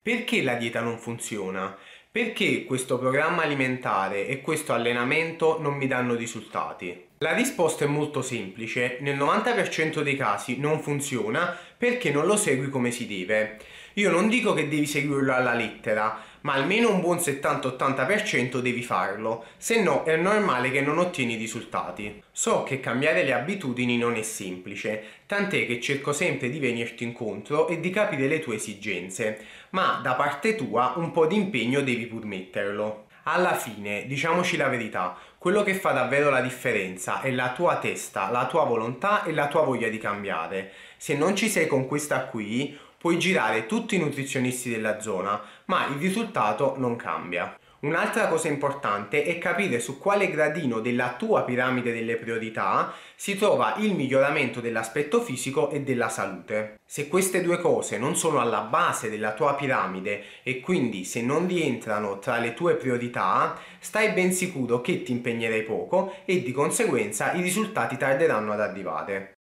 Perché la dieta non funziona? Perché questo programma alimentare e questo allenamento non mi danno risultati? La risposta è molto semplice, nel 90% dei casi non funziona perché non lo segui come si deve. Io non dico che devi seguirlo alla lettera, ma almeno un buon 70-80% devi farlo, se no è normale che non ottieni risultati. So che cambiare le abitudini non è semplice, tant'è che cerco sempre di venirti incontro e di capire le tue esigenze, ma da parte tua un po' di impegno devi pur metterlo. Alla fine, diciamoci la verità, quello che fa davvero la differenza è la tua testa, la tua volontà e la tua voglia di cambiare. Se non ci sei con questa qui, puoi girare tutti i nutrizionisti della zona, ma il risultato non cambia. Un'altra cosa importante è capire su quale gradino della tua piramide delle priorità si trova il miglioramento dell'aspetto fisico e della salute. Se queste due cose non sono alla base della tua piramide e quindi se non rientrano tra le tue priorità, stai ben sicuro che ti impegnerai poco e di conseguenza i risultati tarderanno ad arrivare.